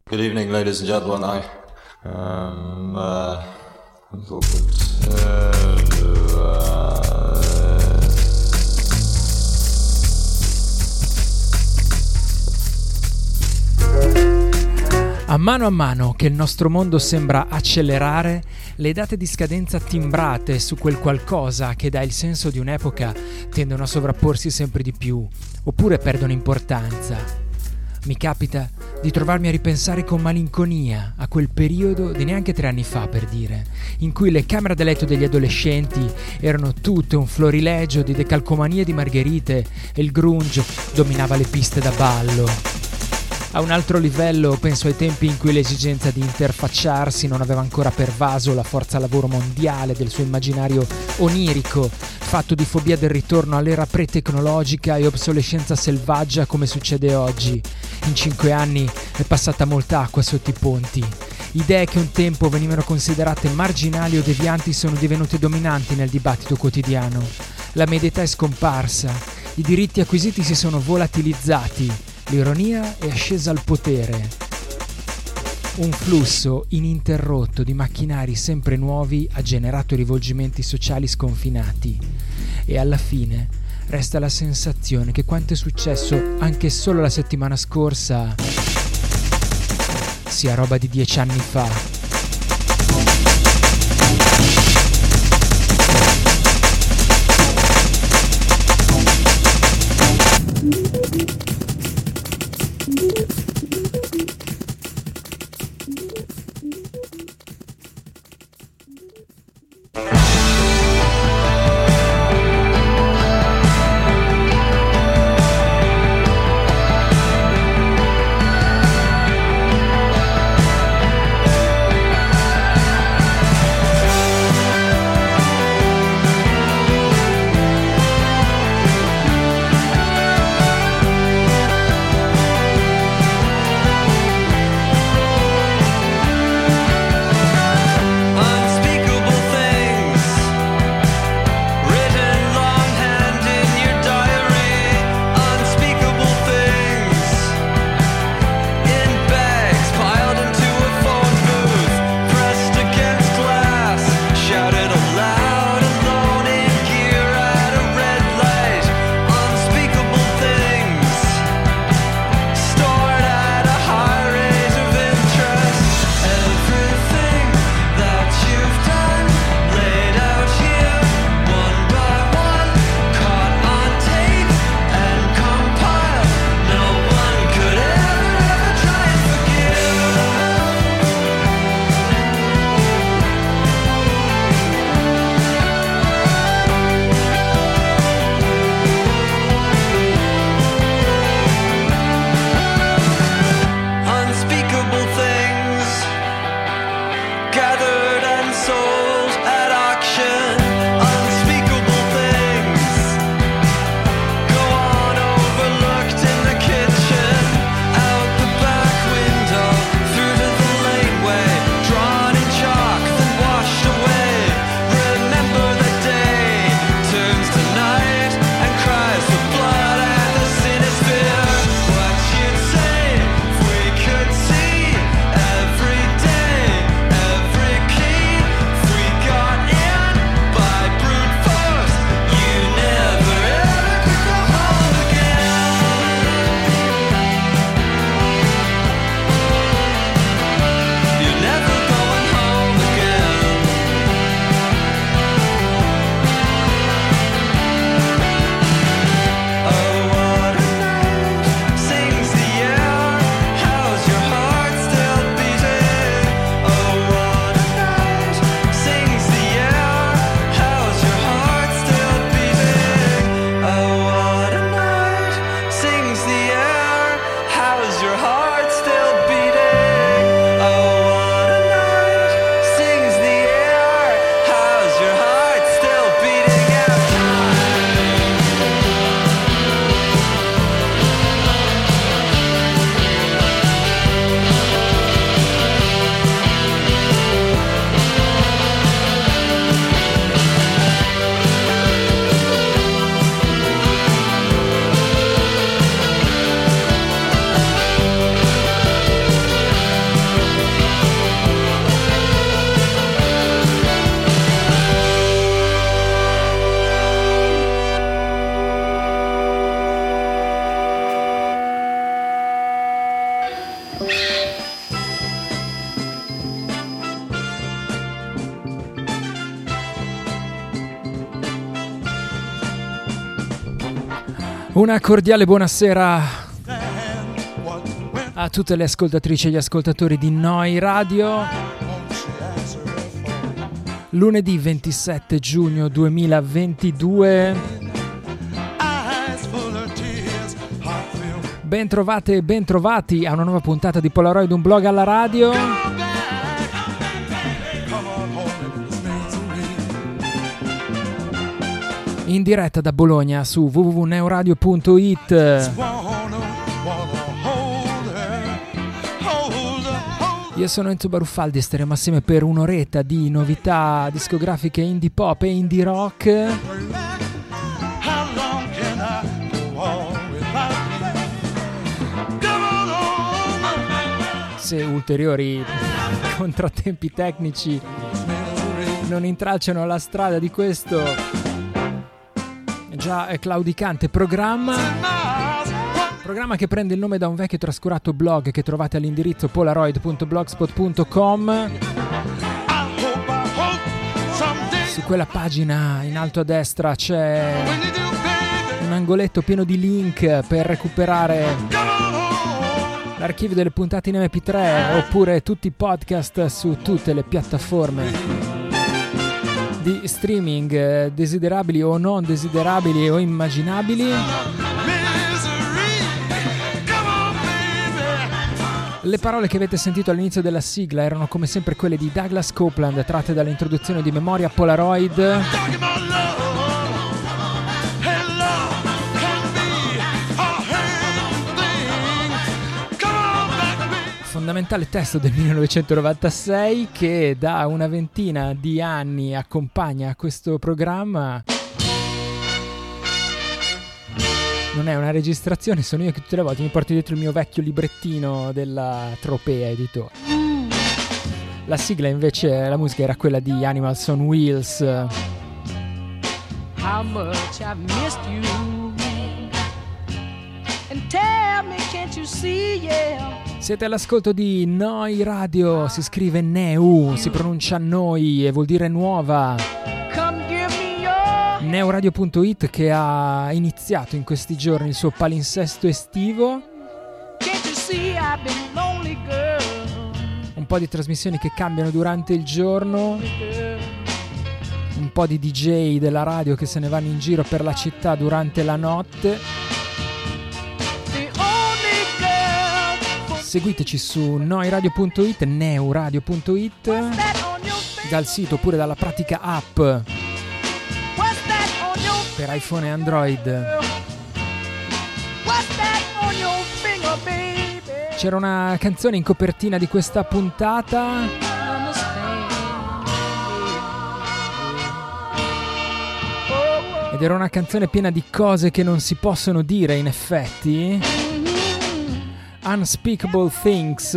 Good evening, ladies and gentlemen. A mano che il nostro mondo sembra accelerare, le date di scadenza timbrate su quel qualcosa che dà il senso di un'epoca tendono a sovrapporsi sempre di più, oppure perdono importanza. Mi capita di trovarmi a ripensare con malinconia a quel periodo di neanche 3 anni fa, per dire, in cui le camere da letto degli adolescenti erano tutte un florilegio di decalcomanie di margherite e il grunge dominava le piste da ballo. A un altro livello penso ai tempi in cui l'esigenza di interfacciarsi non aveva ancora pervaso la forza lavoro mondiale del suo immaginario onirico, fatto di fobia del ritorno all'era pre-tecnologica e obsolescenza selvaggia come succede oggi. In 5 anni è passata molta acqua sotto i ponti. Idee che un tempo venivano considerate marginali o devianti sono divenute dominanti nel dibattito quotidiano. La media età è scomparsa, i diritti acquisiti si sono volatilizzati, l'ironia è ascesa al potere. Un flusso ininterrotto di macchinari sempre nuovi ha generato rivolgimenti sociali sconfinati e alla fine resta la sensazione che quanto è successo anche solo la settimana scorsa sia roba di 10 anni fa. Una cordiale buonasera a tutte le ascoltatrici e gli ascoltatori di Noi Radio. Lunedì 27 giugno 2022. Ben trovate e ben trovati a una nuova puntata di Polaroid, un blog alla radio. In diretta da Bologna su www.neuradio.it. Io sono Enzo Baruffaldi e staremo assieme per un'oretta di novità discografiche indie pop e indie rock. Se ulteriori contrattempi tecnici non intralciano la strada di questo già claudicante programma che prende il nome da un vecchio trascurato blog che trovate all'indirizzo polaroid.blogspot.com. Su quella pagina in alto a destra c'è un angoletto pieno di link per recuperare l'archivio delle puntate in MP3 oppure tutti i podcast su tutte le piattaforme di streaming desiderabili o non desiderabili o immaginabili. Le parole che avete sentito all'inizio della sigla erano come sempre quelle di Douglas Copeland, tratte dall'introduzione di Memoria Polaroid. Fondamentale testo del 1996 che da una ventina di anni accompagna questo programma. Non è una registrazione, sono io che tutte le volte mi porto dietro il mio vecchio librettino della Tropea Editore. La sigla invece, la musica era quella di Animals on Wheels. How much I've missed you and tell me can't you see, yeah. Siete all'ascolto di Noi Radio, si scrive Neu, si pronuncia Noi e vuol dire nuova. Neuradio.it che ha iniziato in questi giorni il suo palinsesto estivo. Un po' di trasmissioni che cambiano durante il giorno, un po' di DJ della radio che se ne vanno in giro per la città durante la notte. Seguiteci su noiradio.it, neuradio.it, dal sito oppure dalla pratica app per iPhone e Android. C'era una canzone in copertina di questa puntata ed era una canzone piena di cose che non si possono dire in effetti. Unspeakable Things.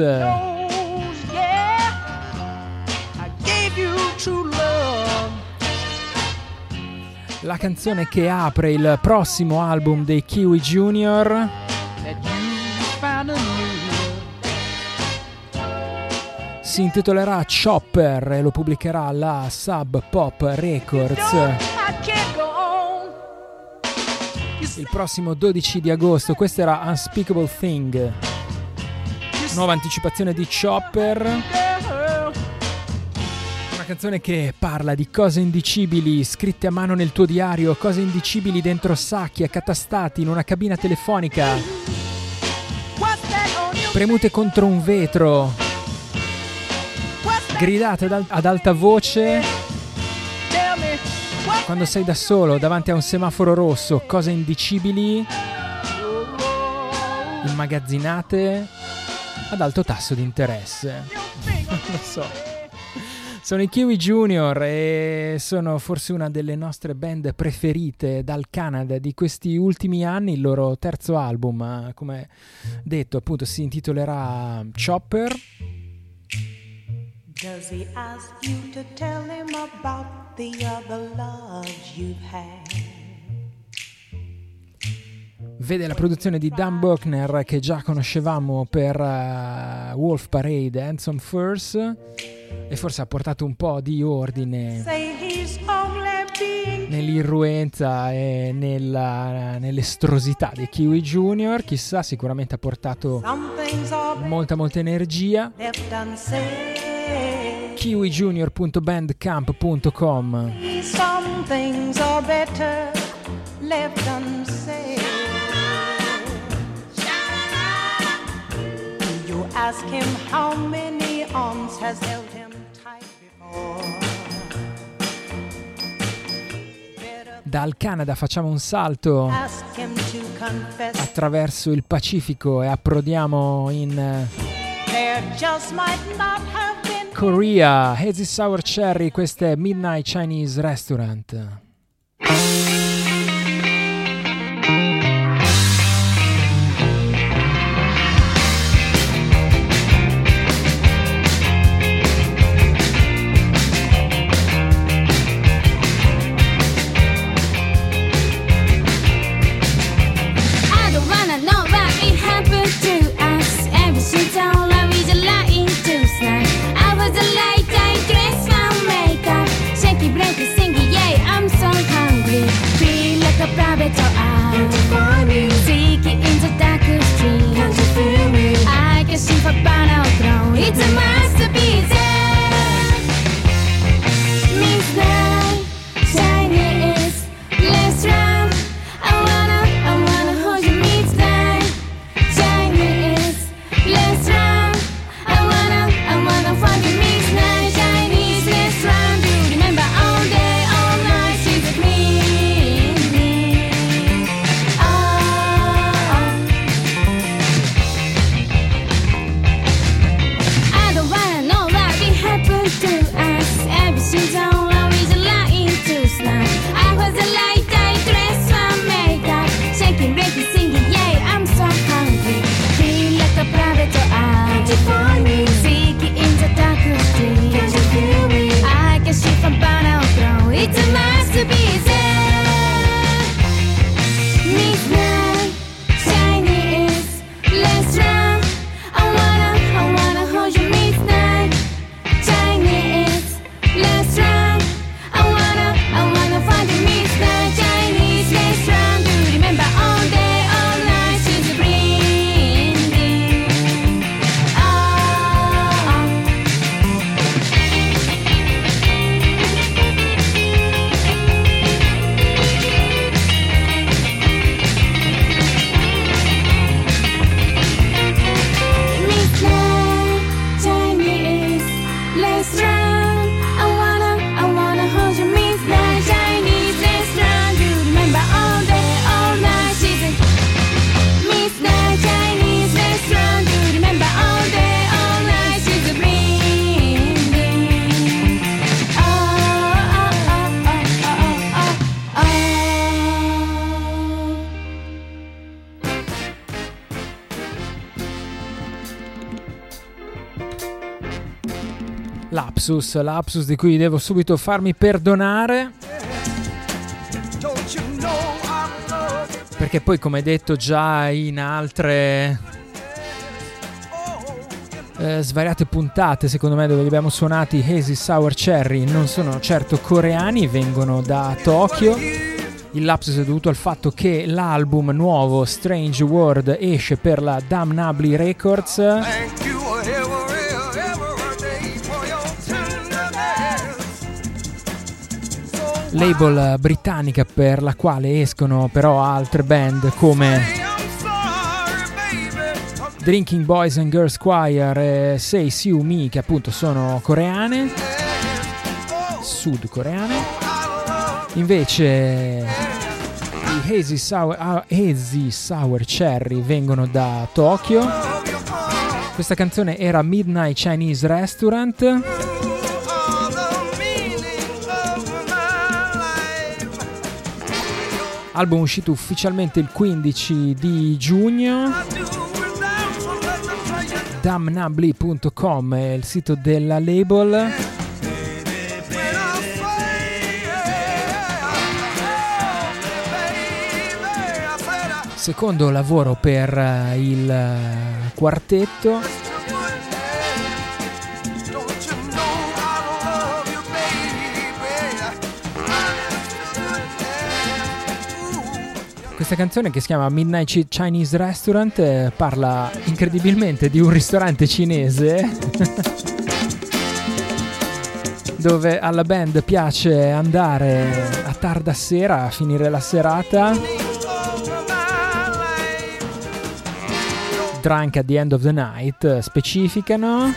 La canzone che apre il prossimo album dei Kiwi Junior. Si intitolerà Chopper e lo pubblicherà la Sub Pop Records il prossimo 12 di agosto. Questa era Unspeakable Thing, nuova anticipazione di Chopper, una canzone che parla di cose indicibili scritte a mano nel tuo diario, cose indicibili dentro sacchi accatastati in una cabina telefonica, premute contro un vetro, gridate ad alta voce quando sei da solo davanti a un semaforo rosso, cose indicibili immagazzinate ad alto tasso di interesse. Non lo so. Sono i Kiwi Junior e sono forse una delle nostre band preferite dal Canada di questi ultimi anni. Il loro terzo album, come detto, appunto si intitolerà Chopper. Does he ask you to tell him about the other loves you've had? vede la produzione di Dan Buckner, che già conoscevamo per Wolf Parade, Handsome Furs, e forse ha portato un po' di ordine nell'irruenza e nell'estrosità di Kiwi Junior. Chissà, sicuramente ha portato molta energia. kiwijunior.bandcamp.com. Some things are better left unsaid. You ask him how many arms has held him tight before. Dal Canada facciamo un salto attraverso il Pacifico e approdiamo in Korea. Hazy Sour Cherry, questo è Midnight Chinese Restaurant. It's a masterpiece. Midnight Chinese restaurant. I wanna hold you. Midnight Chinese restaurant. I wanna find you. Midnight Chinese restaurant. Do you remember all day, all night? She's a queen. I don't wanna know what will happen to us. Everything's all always lying to snap. I was a light, I dress my makeup, shaking, breaking, singing, yeah, I'm so hungry. Feel like a private eye. Can't you find me? Seeking in the dark street. Can't you feel me? I can see from Banaltro. It's a masterpiece. Midnight Chinese restaurant. I wanna hold you. Midnight Chinese restaurant. I wanna find you. Midnight Chinese restaurant. Do you remember all day, all night? She's a bringing. Midnight Chinese restaurant. I wanna hold you. Midnight Chinese restaurant. Do you remember all day, all night? She's a Midnight Chinese restaurant. Do you remember all day, all night? She's a bringing. Lapsus di cui devo subito farmi perdonare, perché poi, come detto già in altre svariate puntate, secondo me, dove li abbiamo suonati, Hazy Sour Cherry non sono certo coreani, vengono da Tokyo. Il lapsus è dovuto al fatto che l'album nuovo Strange World esce per la Damnably Records, label britannica per la quale escono però altre band come Drinking Boys and Girls Choir e Say Siu Mi, che appunto sono coreane, sudcoreane. Invece i Hazy Sour Cherry vengono da Tokyo. Questa canzone era Midnight Chinese Restaurant, album uscito ufficialmente il 15 di giugno. Damnably.com è il sito della label. secondo lavoro per il quartetto. Questa canzone, che si chiama Midnight Chinese Restaurant, parla incredibilmente di un ristorante cinese dove alla band piace andare a tarda sera a finire la serata, drunk at the end of the night, specificano,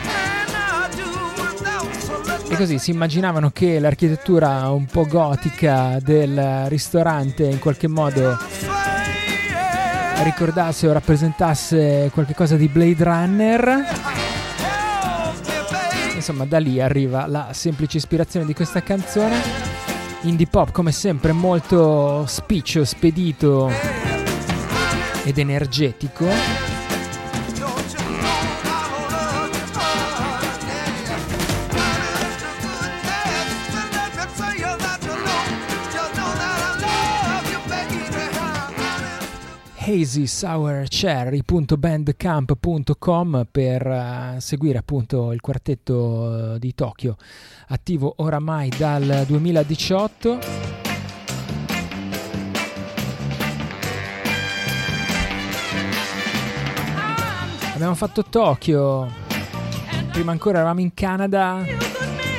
e così si immaginavano che l'architettura un po' gotica del ristorante in qualche modo ricordasse o rappresentasse qualche cosa di Blade Runner. Insomma, da lì arriva la semplice ispirazione di questa canzone. Indie pop, come sempre, molto spiccio, spedito ed energetico. hazysourcherry.bandcamp.com per seguire appunto il quartetto di Tokyo, attivo oramai dal 2018. Abbiamo fatto Tokyo, prima ancora eravamo in Canada.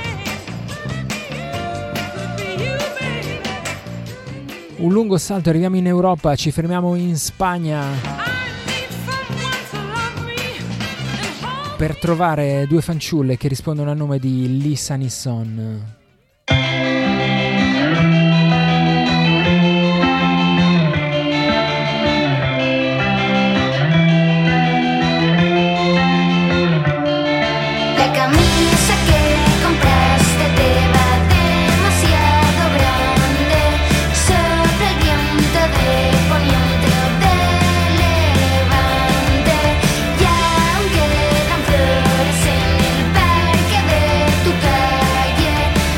Un lungo salto, arriviamo in Europa, ci fermiamo in Spagna per trovare due fanciulle che rispondono al nome di Lisa Nisson. Flores en el parque de tu calle.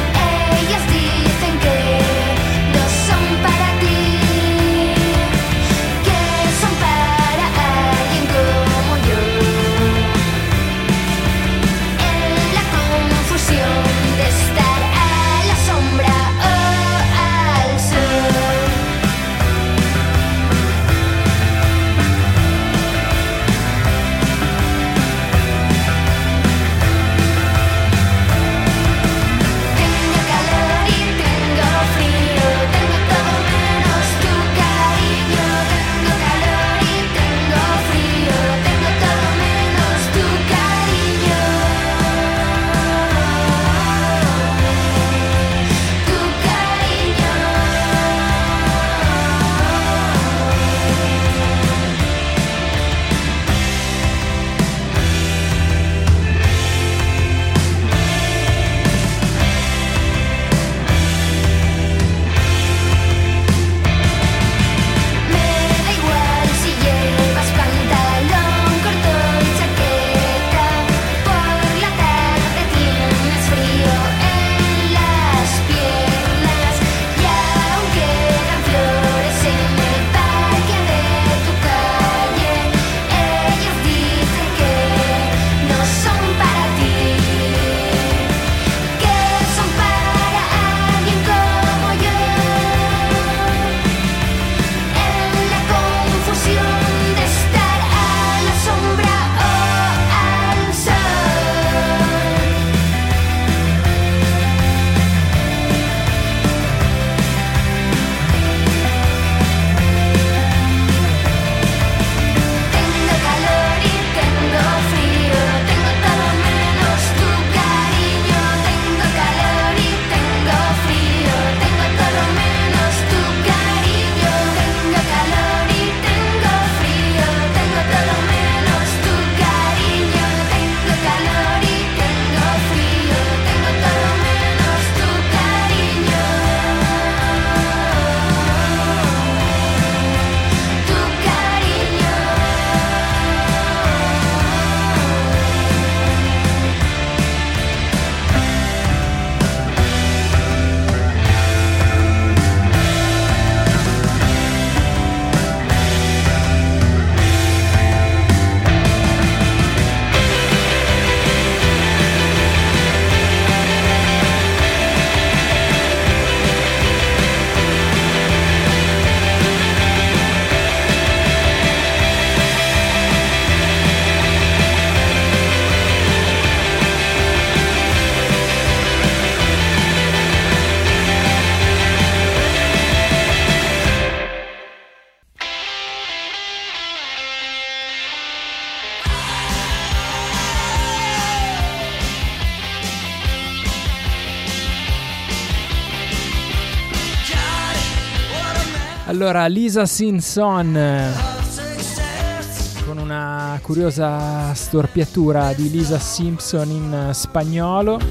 Allora, Lisa Simpson, con una curiosa storpiatura di Lisa Simpson in spagnolo.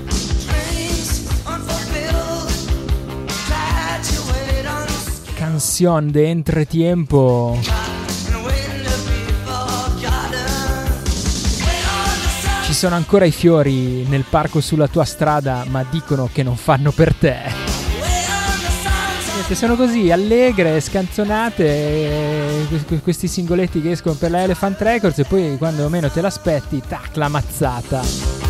Canción de entretiempo. Ci sono ancora i fiori nel parco sulla tua strada, ma dicono che non fanno per te. Sono così allegre, scanzonate, questi singoletti che escono per la Elephant Records, e poi quando meno te l'aspetti, tac, la mazzata.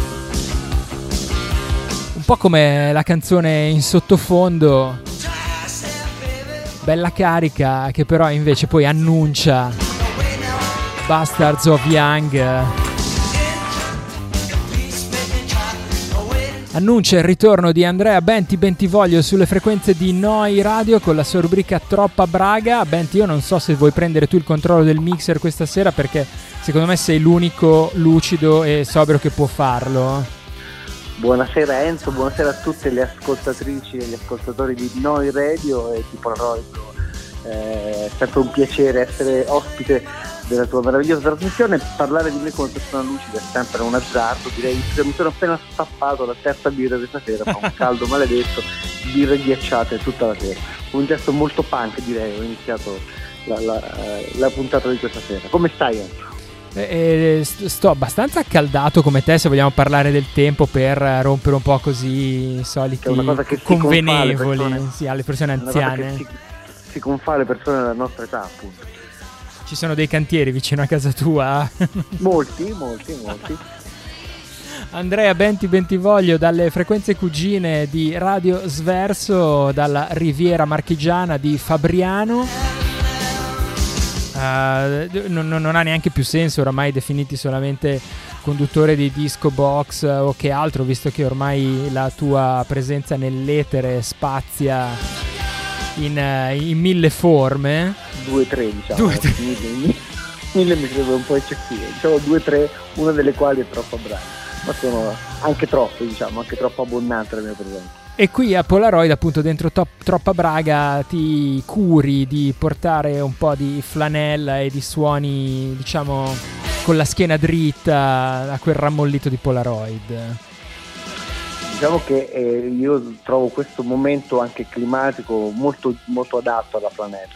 Un po' come la canzone in sottofondo, bella carica, che però invece poi annuncia Bastards of Young. Annuncia il ritorno di Andrea Bentivoglio sulle frequenze di Noi Radio con la sua rubrica Troppa Braga. Benti, io non so se vuoi prendere tu il controllo del mixer questa sera, perché secondo me sei l'unico lucido e sobrio che può farlo. Buonasera Enzo, buonasera a tutte le ascoltatrici e gli ascoltatori di Noi Radio e di Polaroid. È sempre un piacere essere ospite della tua meravigliosa trasmissione. Parlare di me come persona lucida è sempre un azzardo, direi che mi sono appena stappato la terza birra di stasera, fa un caldo maledetto, birre ghiacciate tutta la sera, un gesto molto punk, direi. Ho iniziato la puntata di questa sera. Come stai Enzo? Sto abbastanza accaldato come te, se vogliamo parlare del tempo, per rompere un po' così i soliti convenevoli alle persone anziane. Si confà alle persone della nostra età, appunto. Ci sono dei cantieri vicino a casa tua? Molti. Andrea Bentivoglio dalle frequenze cugine di Radio Sverso, dalla Riviera Marchigiana di Fabriano. Non ha neanche più senso oramai definiti solamente conduttore di disco box o che altro, visto che ormai la tua presenza nell'etere spazia in mille forme. 2-3 diciamo. 1000 mi credo un po' eccessivo, diciamo 2-3, una delle quali è troppo brava, ma sono anche troppe, diciamo, anche troppo abbondante la mia presenza. E qui a Polaroid, appunto, dentro Troppa Braga, ti curi di portare un po' di flanella e di suoni, diciamo, con la schiena dritta a quel rammollito di Polaroid. Diciamo che io trovo questo momento anche climatico molto, molto adatto alla flanella.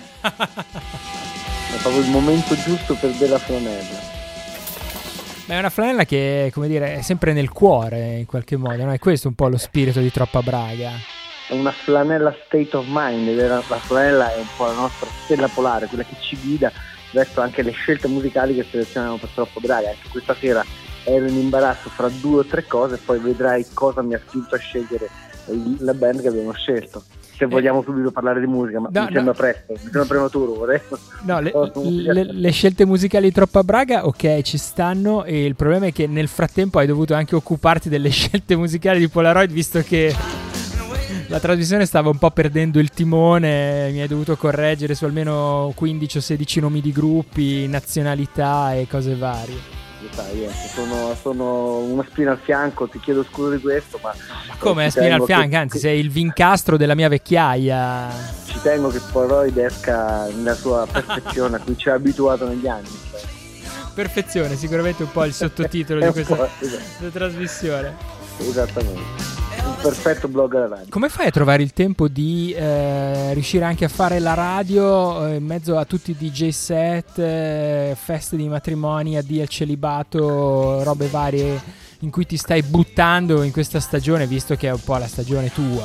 È proprio il momento giusto per della flanella. Ma è una flanella che, come dire, è sempre nel cuore in qualche modo, no? È questo un po' lo spirito di Troppa Braga. È una flanella state of mind, la flanella è un po' la nostra stella polare, quella che ci guida verso anche le scelte musicali che selezioniamo per Troppa Braga. Anche questa sera ero in imbarazzo fra 2 o 3 cose, e poi vedrai cosa mi ha spinto a scegliere la band che abbiamo scelto. Se vogliamo subito parlare di musica, ma mi sembra presto, mi sembra prematuro. Vorrei. No, le scelte musicali di Troppa Braga, ok, ci stanno, e il problema è che nel frattempo hai dovuto anche occuparti delle scelte musicali di Polaroid, visto che la trasmissione stava un po' perdendo il timone, mi hai dovuto correggere su almeno 15 o 16 nomi di gruppi, nazionalità e cose varie. Sai, sono una spina al fianco, ti chiedo scusa di questo, ma come spina al fianco? Anzi, sei il vincastro della mia vecchiaia. Ci tengo che Polaroid esca nella sua perfezione a cui ci ha abituato negli anni. Perfezione, sicuramente un po' il sottotitolo di questa trasmissione. Esattamente. Un perfetto blog alla radio. Come fai a trovare il tempo di riuscire anche a fare la radio in mezzo a tutti i DJ set, feste di matrimoni, addio al celibato, robe varie in cui ti stai buttando in questa stagione, visto che è un po' la stagione tua?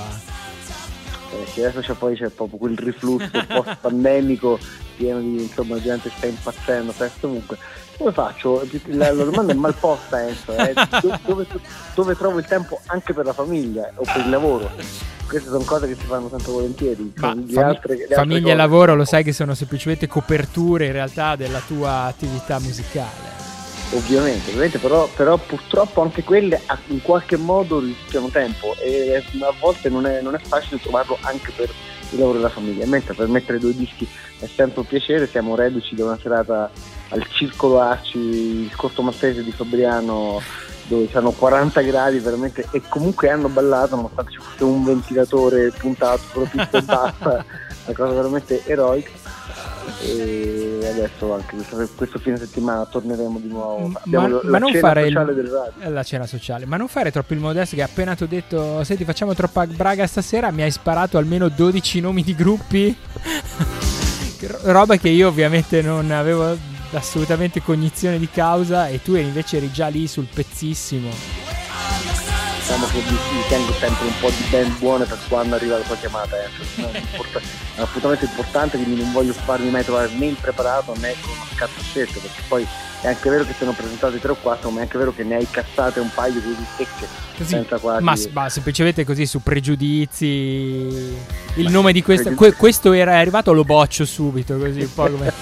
Adesso c'è proprio quel riflusso post pandemico pieno di, insomma, la gente sta impazzendo, comunque. Come faccio? La domanda è mal posta, Enzo. Dove trovo il tempo anche per la famiglia o per il lavoro? Queste sono cose che si fanno tanto volentieri. Famiglia e lavoro, lo sai che sono semplicemente coperture in realtà della tua attività musicale. Ovviamente, però purtroppo anche quelle in qualche modo rischiano tempo, e a volte non è facile trovarlo anche per il lavoro della famiglia. Mentre per mettere 2 dischi è sempre un piacere. Siamo reduci da una serata al Circolo Arci, il Corto Maltese di Fabriano, dove c'erano 40 gradi veramente, e comunque hanno ballato nonostante ci fosse un ventilatore puntato sulla pista e basta. una cosa veramente eroica. E adesso anche questo fine settimana torneremo di nuovo. Abbiamo ma non cena fare sociale del radio. la cena sociale, ma non fare troppo il modesto, che appena ti ho detto senti facciamo Troppa Braga stasera mi hai sparato almeno 12 nomi di gruppi. Roba che io ovviamente non avevo assolutamente cognizione di causa, e tu invece eri già lì sul pezzissimo. Diciamo che mi tengo sempre un po' di band buone per quando arriva la tua chiamata. È un appuntamento importante, quindi non voglio farmi mai trovare né impreparato né con una scarsa scelta, perché poi è anche vero che te ne ho presentati 3 o 4, ma è anche vero che ne hai cassate un paio così secche, Così, senza quasi... ma semplicemente così su pregiudizi, il nome di questo era arrivato, lo boccio subito, così un po' come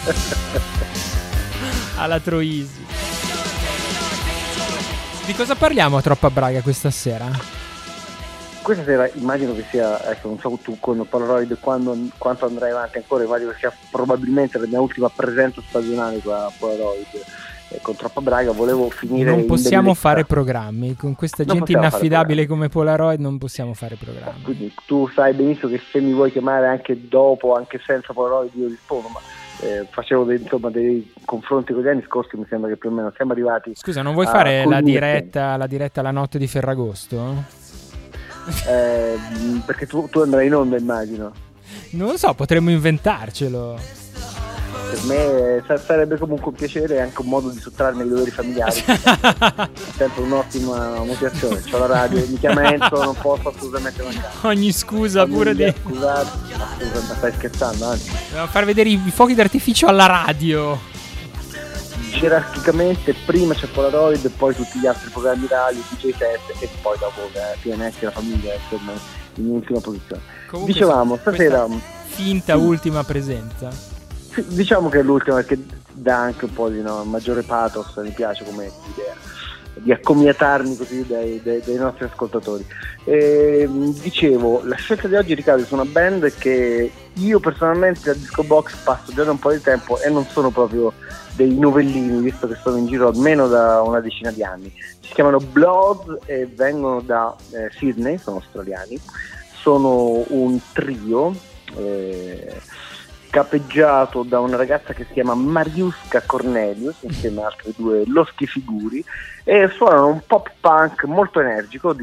alla Troisi. Di cosa parliamo a Troppa Braga questa sera? Questa sera immagino che sia, ecco, non so tu con Polaroid quanto andrai avanti ancora, immagino che sia probabilmente la mia ultima presenza stagionale qua a Polaroid. Con Troppa Braga volevo finire. Non possiamo fare programmi con questa gente inaffidabile come Polaroid, non possiamo fare programmi. Quindi tu sai benissimo che se mi vuoi chiamare anche dopo, anche senza Polaroid, io rispondo, ma facevo dei confronti con gli anni scorsi, mi sembra che più o meno siamo arrivati. Scusa, non vuoi fare la diretta la notte di Ferragosto? Perché tu andrai in onda, immagino. Non lo so, potremmo inventarcelo. Per me sarebbe comunque un piacere e anche un modo di sottrarmi ai doveri familiari. Sempre un'ottima motivazione. C'ho la radio, mi chiama Enzo, non posso assolutamente mancare. Ogni scusa pure di... Scusate, assolutamente, stai scherzando, anzi. Dobbiamo far vedere i fuochi d'artificio alla radio. Gerarchicamente prima c'è Polaroid, poi tutti gli altri programmi radio, DJ set, e poi dopo TNS, la famiglia, insomma, in ultima posizione. Comunque, dicevamo stasera finta ultima presenza. Sì, diciamo che è l'ultima, perché dà anche un po' di maggiore pathos, mi piace come idea di accomiatarmi così dai nostri ascoltatori. Dicevo, la scelta di oggi ricade su una band che io personalmente a Disco Box passo già da un po' di tempo e non sono proprio dei novellini, visto che sono in giro almeno da una decina di anni. Si chiamano Bloods e vengono da Sydney, sono australiani, sono un trio capeggiato da una ragazza che si chiama Mariuska Cornelius insieme a altri 2 loschi figuri, e suonano un pop punk molto energico,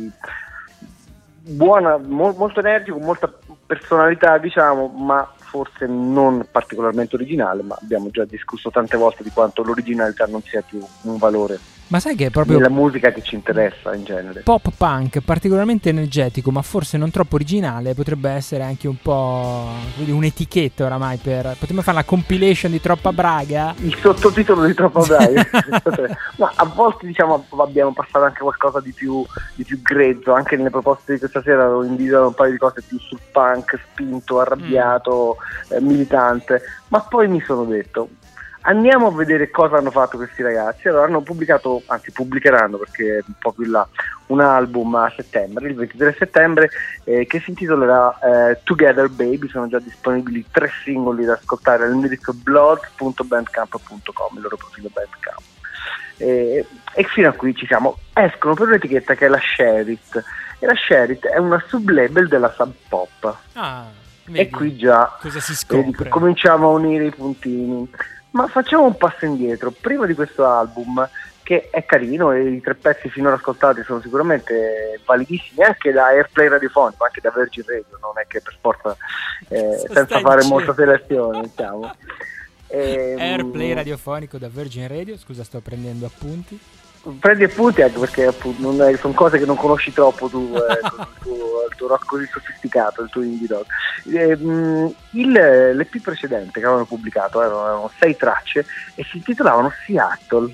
molto energico, molta personalità, diciamo, ma forse non particolarmente originale, ma abbiamo già discusso tante volte di quanto l'originalità non sia più un valore. Ma sai che è proprio la musica che ci interessa in genere. Pop punk particolarmente energetico, ma forse non troppo originale, potrebbe essere anche un po' un'etichetta oramai potremmo fare la compilation di Troppa Braga. Il sottotitolo di Troppa Braga. Ma a volte diciamo abbiamo passato anche qualcosa di più grezzo, anche nelle proposte di questa sera ho individuato un paio di cose più sul punk spinto, arrabbiato, militante, ma poi mi sono detto andiamo a vedere cosa hanno fatto questi ragazzi. Allora hanno pubblicato, anzi pubblicheranno perché è un po' più in là, un album a settembre, il 23 settembre, che si intitolerà Together Baby. Sono già disponibili 3 singoli da ascoltare all'indirizzo blog.bandcamp.com, il loro profilo Bandcamp. E fino a qui ci siamo. Escono per un'etichetta che è la Sherit, e la Sherit è una sublabel della Sub Pop. Vedi, e qui già cosa si scopre? Cominciamo a unire i puntini. Ma facciamo un passo indietro. Prima di questo album, che è carino e i 3 pezzi finora ascoltati sono sicuramente validissimi anche da Airplay radiofonico, anche da Virgin Radio, non è che per forza senza fare molta selezione, diciamo. Airplay radiofonico da Virgin Radio, scusa, sto prendendo appunti. Prendi appunti anche perché appunto, sono cose che non conosci troppo tu, con il tuo rock così sofisticato, il tuo indie rock. L'EP precedente che avevano pubblicato erano 6 tracce e si intitolavano Seattle.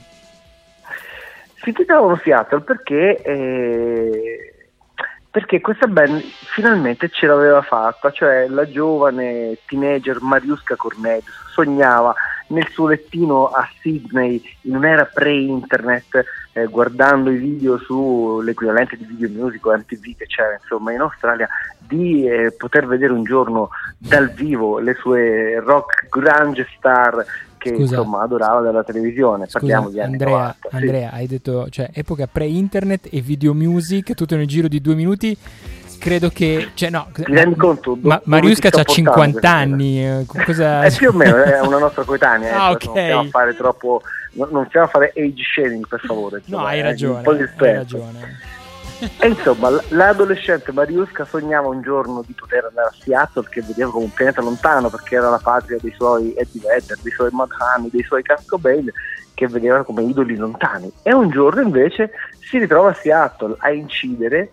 Perché questa band finalmente ce l'aveva fatta, cioè la giovane teenager Mariuska Cornelius sognava nel suo lettino a Sydney, in un'era pre-internet, guardando i video sull'equivalente di Video Music o MTV che c'era insomma in Australia, di poter vedere un giorno dal vivo le sue rock grunge star che insomma adorava dalla televisione. Parliamo di anni 90. Andrea, hai detto, cioè, epoca pre-internet e Video Music, tutto nel giro di 2 minuti. credo che, cioè no, ti rendi conto? Mariuska c'ha 50 anni, cosa... È più o meno, è una nostra coetanea, ok. Non stiamo a fare troppo, non stiamo a fare age shaming, per favore, insomma, no, hai ragione, un po' di rispetto. hai ragione. E insomma, l'adolescente Mariuska sognava un giorno di poter andare a Seattle, che vedeva come un pianeta lontano, perché era la patria dei suoi Eddie Vedder, dei suoi Mudhoney, dei suoi Kurt Cobain, che vedeva come idoli lontani. E un giorno invece si ritrova a Seattle a incidere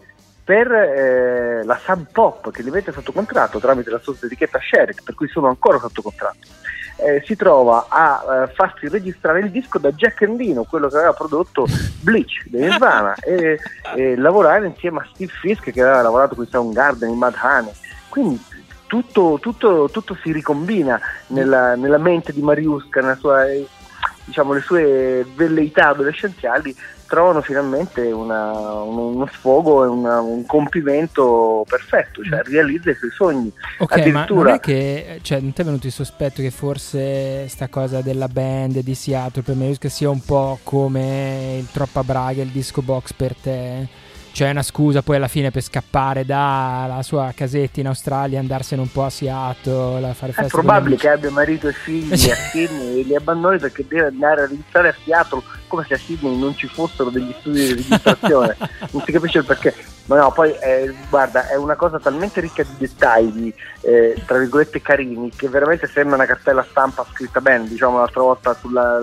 per la Sub Pop, che li mette sotto contratto tramite la sua etichetta Sherrick, per cui sono ancora sotto contratto. Si trova a farsi registrare il disco da Jack Endino, quello che aveva prodotto Bleach dei Nirvana, e lavorare insieme a Steve Fisk, che aveva lavorato con i Soundgarden, i Mudhoney. Quindi tutto si ricombina nella mente di Mariuska, nella sua, diciamo, le sue velleità adolescenziali trovano finalmente uno sfogo e un compimento perfetto, cioè realizza i suoi sogni. Ok, addirittura... ma non è che, cioè, non ti è venuto il sospetto che forse sta cosa della band di Seattle per Mariuska sia un po' come il Troppa Braga, il disco box per te? Cioè una scusa poi alla fine per scappare dalla sua casetta in Australia, andarsene un po' a Seattle a fare festa. È probabile che abbia marito e figli a Sydney e li abbandoni perché deve andare a registrare a Seattle, come se a Sydney non ci fossero degli studi di registrazione. Non si capisce il perché. Ma no, poi guarda, è una cosa talmente ricca di dettagli, tra virgolette carini, che veramente sembra una cartella stampa scritta bene. Diciamo l'altra volta sulla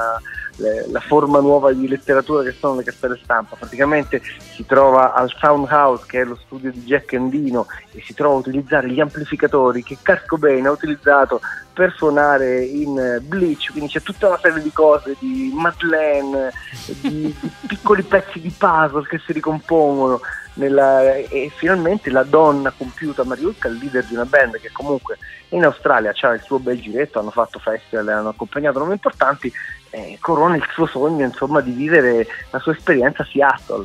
la forma nuova di letteratura che sono le cartelle stampa. Praticamente si trova al Soundhouse, che è lo studio di Jack Endino, e si trova a utilizzare gli amplificatori che Kurt Cobain ha utilizzato per suonare in Bleach, quindi c'è tutta una serie di cose, di Madeleine, di piccoli pezzi di puzzle che si ricompongono e finalmente la donna compiuta Mariuska, il leader di una band che comunque in Australia c'ha il suo bel giretto, hanno fatto festival, hanno accompagnato nomi importanti, corona il suo sogno, insomma, di vivere la sua esperienza a Seattle.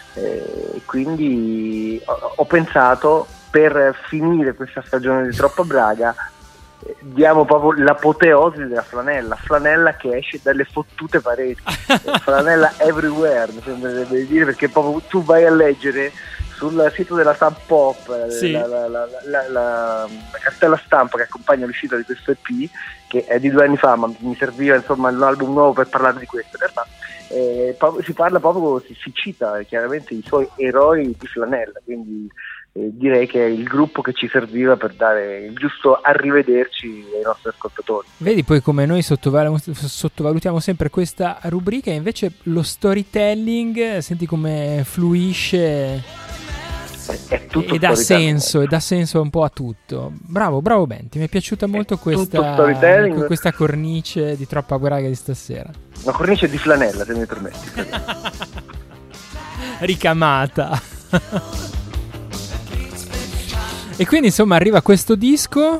Quindi ho pensato, per finire questa stagione di Troppa Braga, diamo proprio l'apoteosi della flanella che esce dalle fottute pareti, flanella everywhere, mi sembrerebbe dire, perché proprio tu vai a leggere sul sito della Sub Pop, sì, la cartella stampa che accompagna l'uscita di questo EP, che è di 2 anni fa, ma mi serviva insomma l'album nuovo per parlare di questo. In realtà si parla proprio, si cita chiaramente i suoi eroi di flanella, quindi direi che è il gruppo che ci serviva per dare il giusto arrivederci ai nostri ascoltatori. Vedi poi come noi sottovalutiamo sempre questa rubrica, e invece lo storytelling, senti come fluisce e dà senso un po' a tutto. Bravo Benti, mi è piaciuta molto questa cornice di Troppa Braga di stasera. Una cornice di flanella, se mi permetti. Ricamata. E quindi insomma arriva questo disco,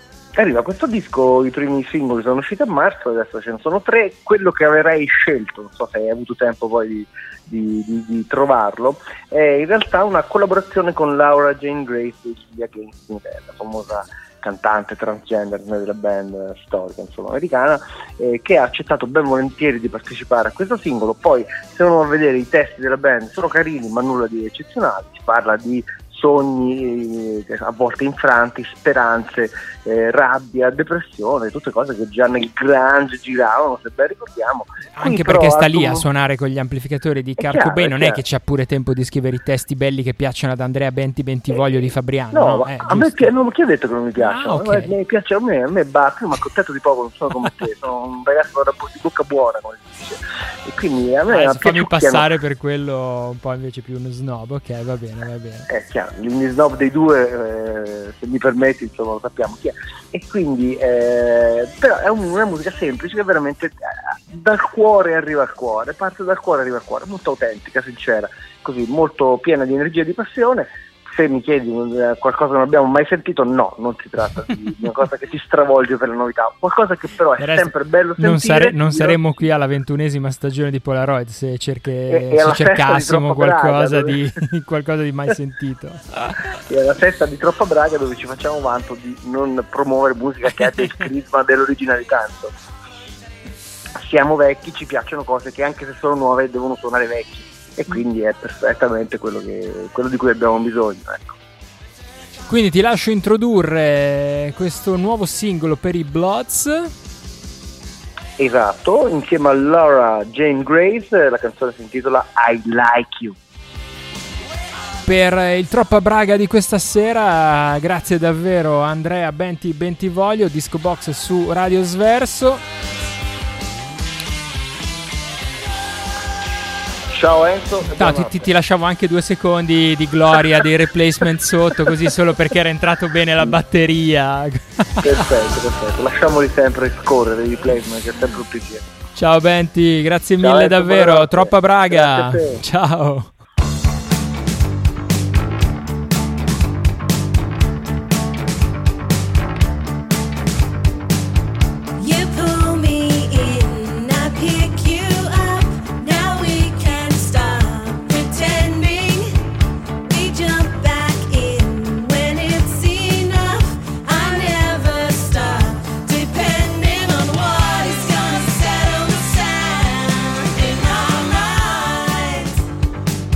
i primi singoli sono usciti a marzo, adesso ce ne sono 3. Quello che avrei scelto, non so se hai avuto tempo poi di trovarlo, è in realtà una collaborazione con Laura Jane Grace di Against Me, la famosa cantante transgender della band storica, insomma, americana, che ha accettato ben volentieri di partecipare a questo singolo. Poi se uno va a vedere i testi della band, sono carini ma nulla di eccezionale, si parla di sogni a volte infranti, speranze, rabbia, depressione, tutte cose che già nel grunge giravano, se ben ricordiamo. Anche perché sta lì a suonare con gli amplificatori di Kurt Cobain, non è che c'ha pure tempo di scrivere i testi belli che piacciono ad Andrea Bentivoglio di Fabriano. No, a me chi ha detto che non mi piacciono? Okay. Mi piace a me basta, ma contento di poco, non sono come te, sono un ragazzo di bocca buona, come si dice. E quindi a me fammi passare per quello un po' invece più uno snob. Ok, va bene. È chiaro, l'indie snob dei due, se mi permetti, insomma, lo sappiamo chi è. E quindi però è una musica semplice che veramente dal cuore arriva al cuore, parte dal cuore arriva al cuore, molto autentica, sincera, così, molto piena di energia e di passione. Se mi chiedi qualcosa che non abbiamo mai sentito, no, non si tratta di una cosa che ti stravolge per la novità, qualcosa che però è sempre bello sentire. Non saremmo qui alla 21ª stagione di Polaroid se cercassimo qualcosa di mai sentito. È la festa di Troppa Braga, dove ci facciamo vanto di non promuovere musica che abbia il crisma dell'originalità, insomma. Siamo vecchi, ci piacciono cose che anche se sono nuove devono suonare vecchi, e quindi è perfettamente quello di cui abbiamo bisogno, ecco. Quindi ti lascio introdurre questo nuovo singolo per i Bloods. Esatto, insieme a Laura Jane Grace, la canzone si intitola I Like You. Per il Troppa Braga di questa sera, grazie davvero Andrea Bentivoglio, Disco Box su Radio Sverso. Ciao Enzo. No, ti lasciavo anche 2 secondi di gloria dei replacement sotto, così solo perché era entrato bene la batteria. Perfetto, lasciamoli sempre scorrere i replacement, che è sempre un piacere. Ciao Benti, grazie Ciao, mille Enzo, davvero, buonanotte. Troppa Braga. Grazie a te. Ciao. You pull me in, I pick you up. Now we can't stop pretending. We jump back in when it's enough. I never stop, depending on what is gonna settle the sound in our minds.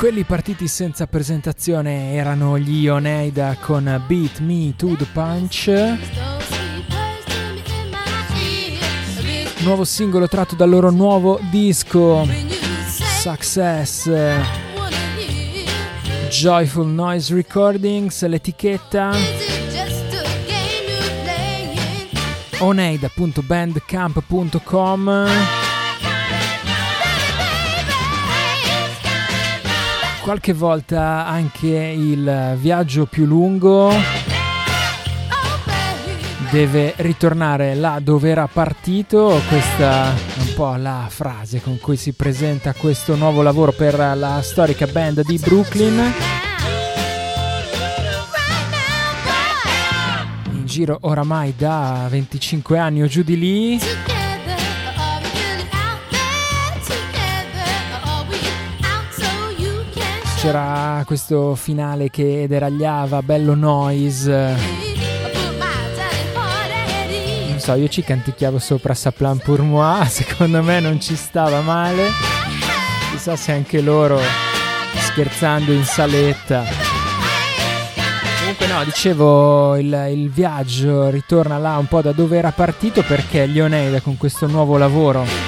Quelli partiti senza presentazione erano gli Oneida con Beat Me to the Punch, nuovo singolo tratto dal loro nuovo disco Success, Joyful Noise Recordings, l'etichetta oneida.bandcamp.com. Qualche volta anche il viaggio più lungo deve ritornare là dove era partito. Questa è un po' la frase con cui si presenta questo nuovo lavoro per la storica band di Brooklyn, in giro oramai da 25 anni o giù di lì. C'era questo finale che deragliava, bello noise. Non so, io ci canticchiavo sopra Saplan pour moi, secondo me non ci stava male. Chissà se anche loro, scherzando in saletta. Comunque no, dicevo, il viaggio ritorna là un po' da dove era partito, perché gli Oneida con questo nuovo lavoro,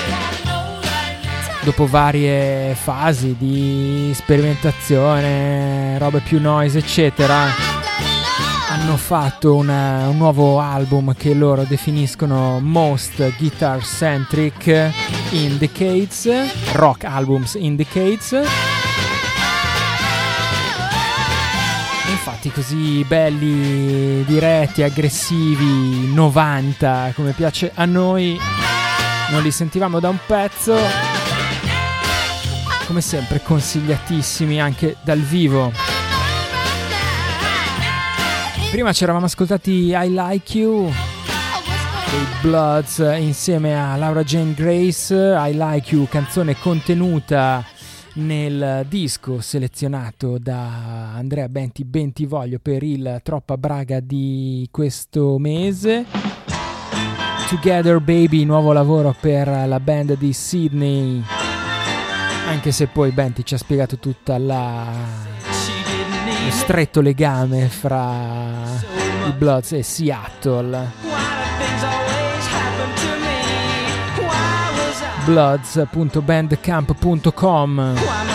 dopo varie fasi di sperimentazione, robe più noise eccetera, hanno fatto un nuovo album che loro definiscono Most Guitar Centric in Decades, Rock Albums in Decades. Infatti così belli, diretti, aggressivi, 90 come piace a noi, non li sentivamo da un pezzo. Come sempre consigliatissimi anche dal vivo. Prima ci eravamo ascoltati I Like You dei Bloods insieme a Laura Jane Grace. I Like You, canzone contenuta nel disco selezionato da Andrea Bentivoglio per il Troppa Braga di questo mese. Together Baby, nuovo lavoro per la band di Sydney, anche se poi Benti ci ha spiegato tutta lo stretto legame fra i Bloods e Seattle. Bloods.bandcamp.com.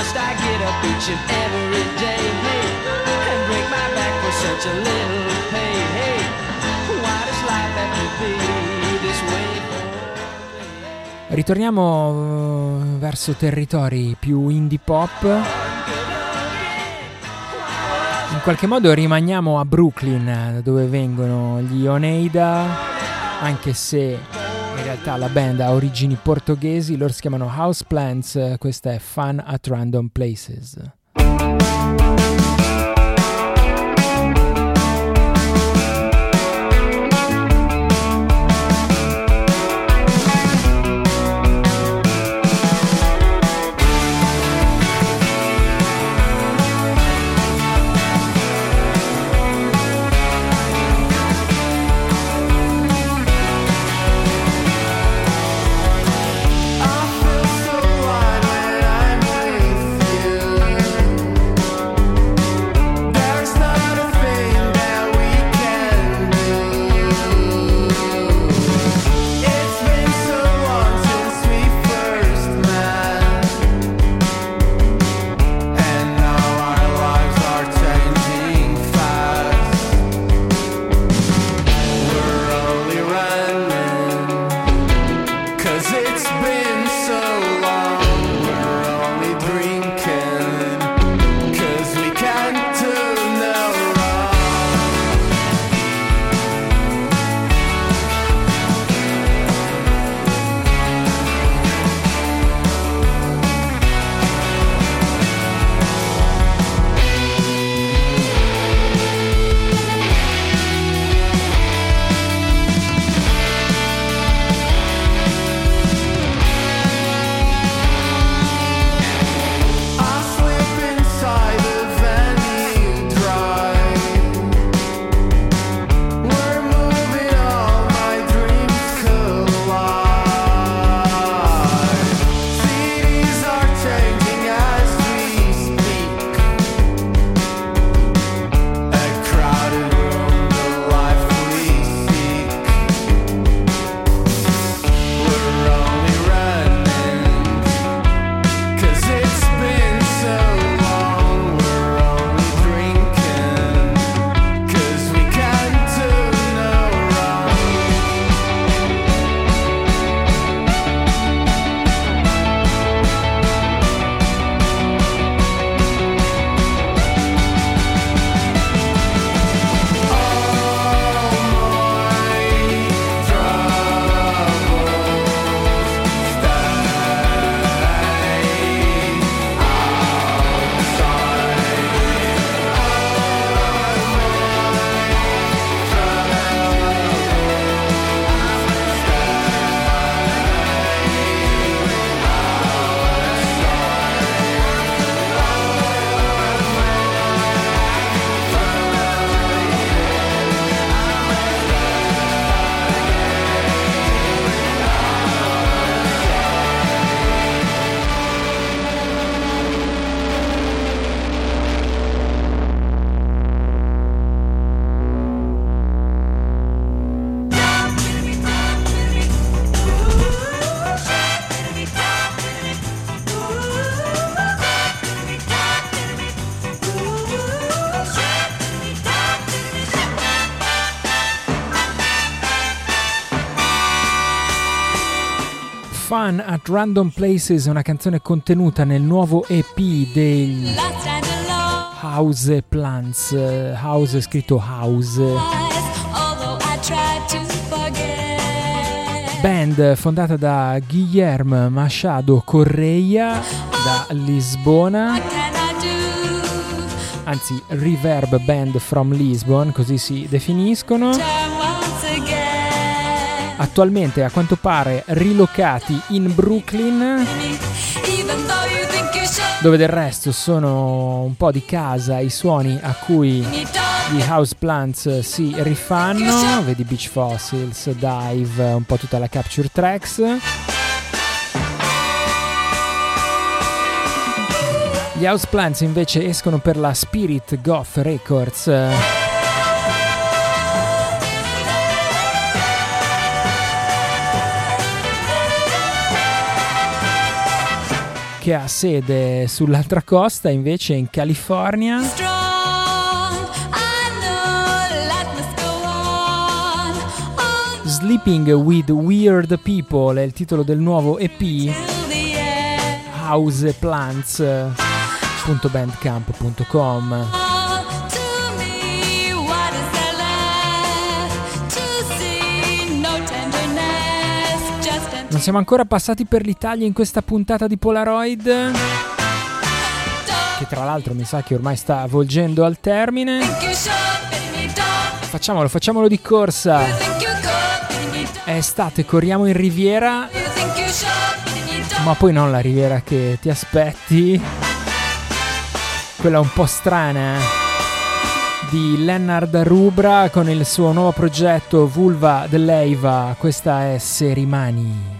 Ritorniamo verso territori più indie pop. In qualche modo rimaniamo a Brooklyn, da dove vengono gli Oneida, anche se in realtà la band ha origini portoghesi. Loro si chiamano Houseplants, questa è Fun at Random Places. I feel so right when I'm with you. Fun at Random Places è una canzone contenuta nel nuovo EP dei House Plants. House è scritto House. Band fondata da Guilherme Machado Correia da Lisbona, anzi Reverb Band from Lisbon, così si definiscono. Attualmente a quanto pare rilocati in Brooklyn, dove del resto sono un po' di casa i suoni a cui gli House Plants si rifanno, vedi Beach Fossils, Dive, un po' tutta la Capture Tracks. Gli House Plants invece escono per la Spirit Goth Records, che ha sede sull'altra costa, invece in California. Sleeping with Weird People è il titolo del nuovo EP, houseplants.bandcamp.com. Non siamo ancora passati per l'Italia in questa puntata di Polaroid, che tra l'altro mi sa che ormai sta volgendo al termine. Facciamolo di corsa. È estate, corriamo in riviera, ma poi non la riviera che ti aspetti, quella un po' strana di Lennart Rubra con il suo nuovo progetto Vulva dell'Eiva. Questa è Se rimani.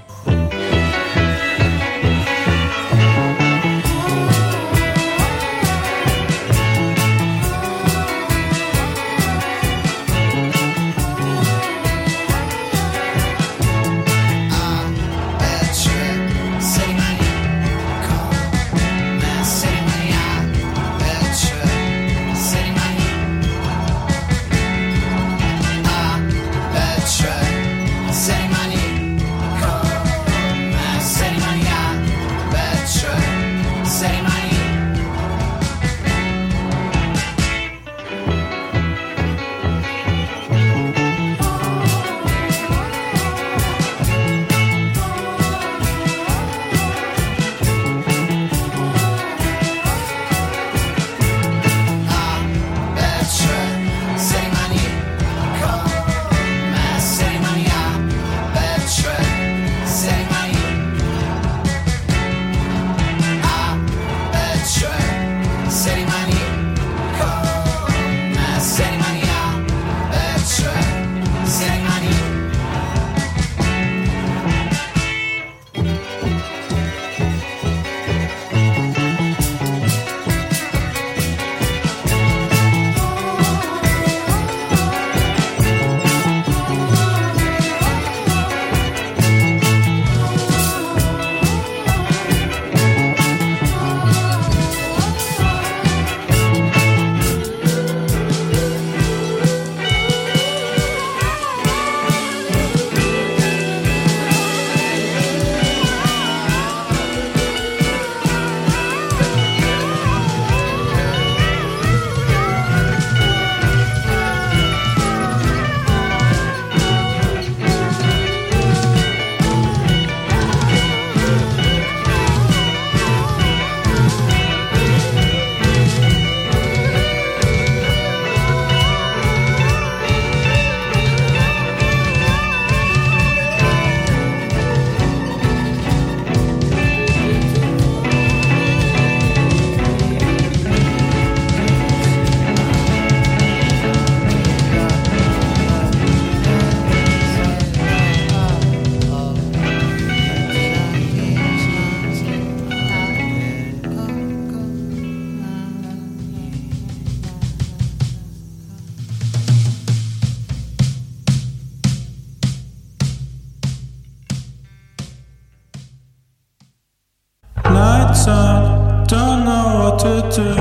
Lights on, don't know what to do.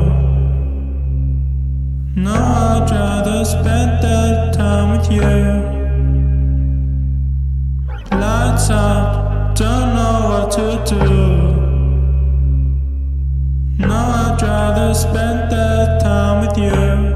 No, I'd rather spend that time with you. Lights on, don't what to do. No, I'd rather spend that time with you.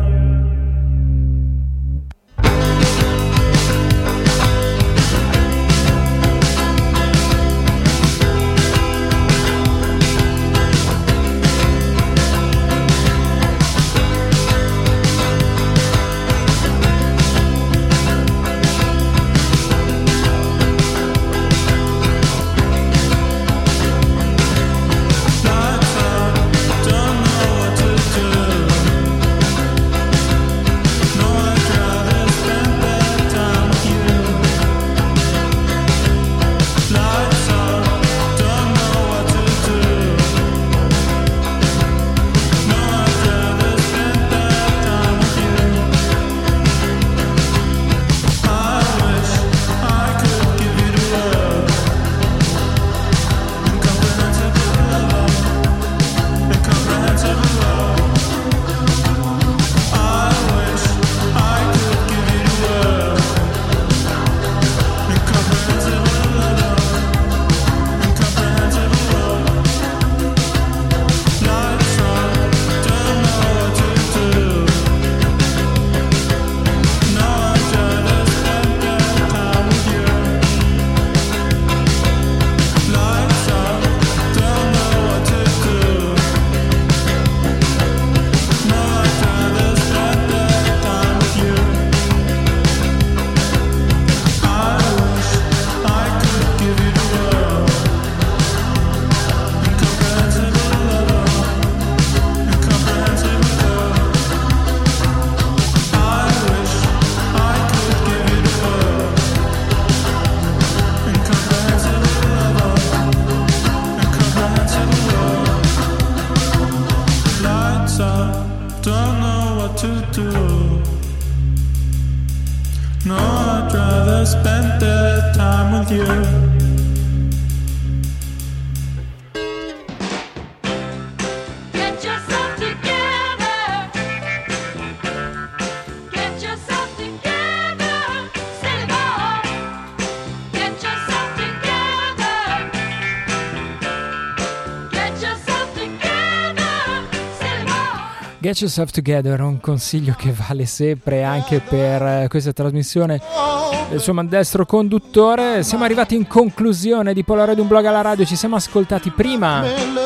Get Yourself Together, un consiglio che vale sempre anche per questa trasmissione del suo maldestro conduttore. Siamo arrivati in conclusione di Polaroid, un blog alla radio. Ci siamo ascoltati prima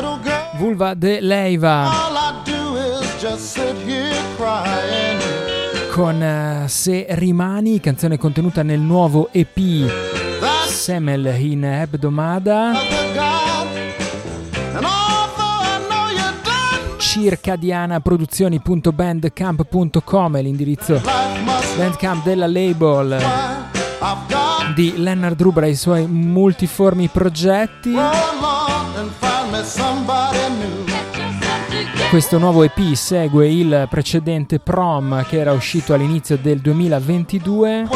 Vulva de Leyva con Se Rimani, canzone contenuta nel nuovo EP Semel in Hebdomada. Circadianaproduzioni.bandcamp.com è l'indirizzo Bandcamp della label di Leonard Rubra e i suoi multiformi progetti. Questo nuovo EP segue il precedente Prom, che era uscito all'inizio del 2022,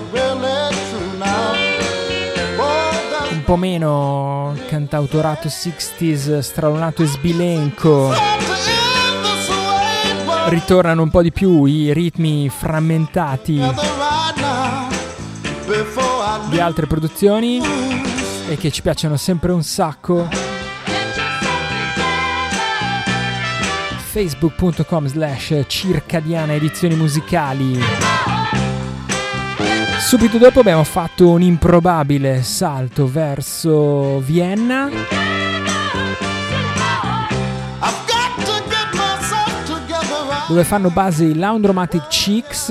un po' meno cantautorato 60s, stralunato e sbilenco. Ritornano un po' di più i ritmi frammentati di altre produzioni e che ci piacciono sempre un sacco. Facebook.com/circadiana edizioni musicali. Subito dopo abbiamo fatto un improbabile salto verso Vienna, dove fanno base i Laundromatic Chicks.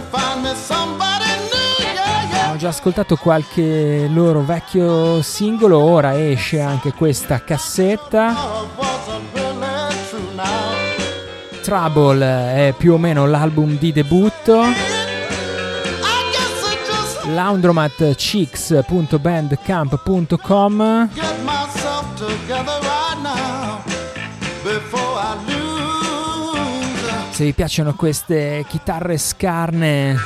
Ho già ascoltato qualche loro vecchio singolo, ora esce anche questa cassetta. Trouble è più o meno l'album di debutto. Laundromatchicks.bandcamp.com. Se vi piacciono queste chitarre scarne,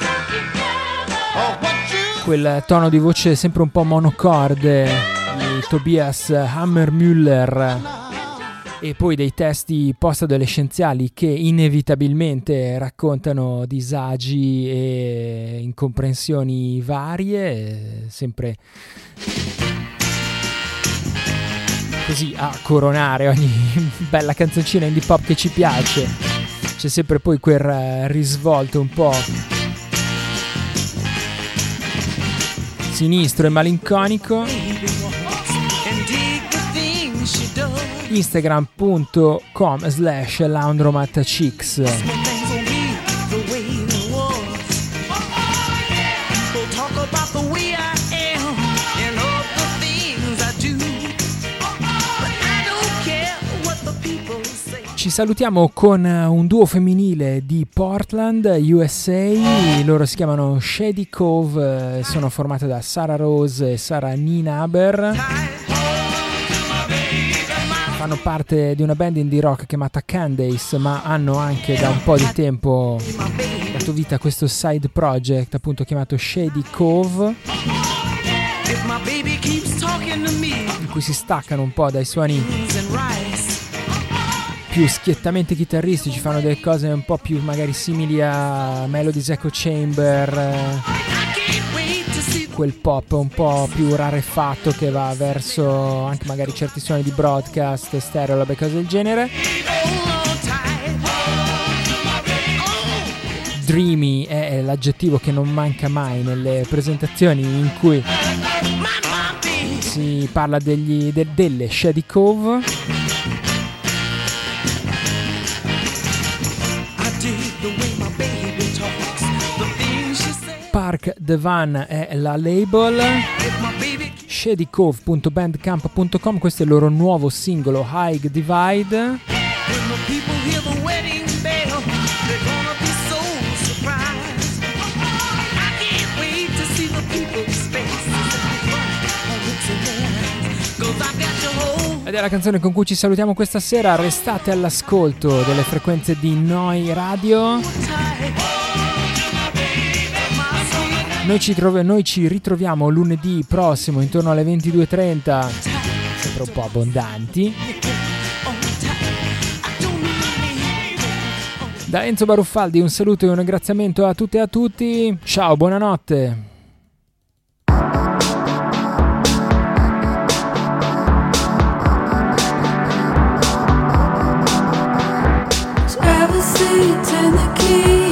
quel tono di voce sempre un po' monocorde di Tobias Hammermüller e poi dei testi post-adolescenziali che inevitabilmente raccontano disagi e incomprensioni varie, sempre così a coronare ogni bella canzoncina indie pop che ci piace. C'è sempre poi quel risvolto un po' sinistro e malinconico. Instagram.com/laundromatchicks. Ci salutiamo con un duo femminile di Portland, USA. Loro si chiamano Shady Cove, sono formate da Sarah Rose e Sarah Nienaber. Fanno parte di una band indie rock chiamata Candace, ma hanno anche da un po' di tempo dato vita a questo side project appunto chiamato Shady Cove, in cui si staccano un po' dai suoni più schiettamente chitarristici, fanno delle cose un po' più magari simili a Melody's Echo Chamber, quel pop un po' più rarefatto che va verso anche magari certi suoni di broadcast, stereo, robe cose del genere. Dreamy è l'aggettivo che non manca mai nelle presentazioni in cui si parla delle Shady Cove. Park the Van è la label. shadycove.bandcamp.com, questo è il loro nuovo singolo High Divide. Ed è la canzone con cui ci salutiamo questa sera. Restate all'ascolto delle frequenze di Noi Radio. Noi ci ritroviamo lunedì prossimo intorno alle 22:30, sempre un po' abbondanti. Da Enzo Baruffaldi un saluto e un ringraziamento a tutte e a tutti. Ciao, buonanotte. Turn the key.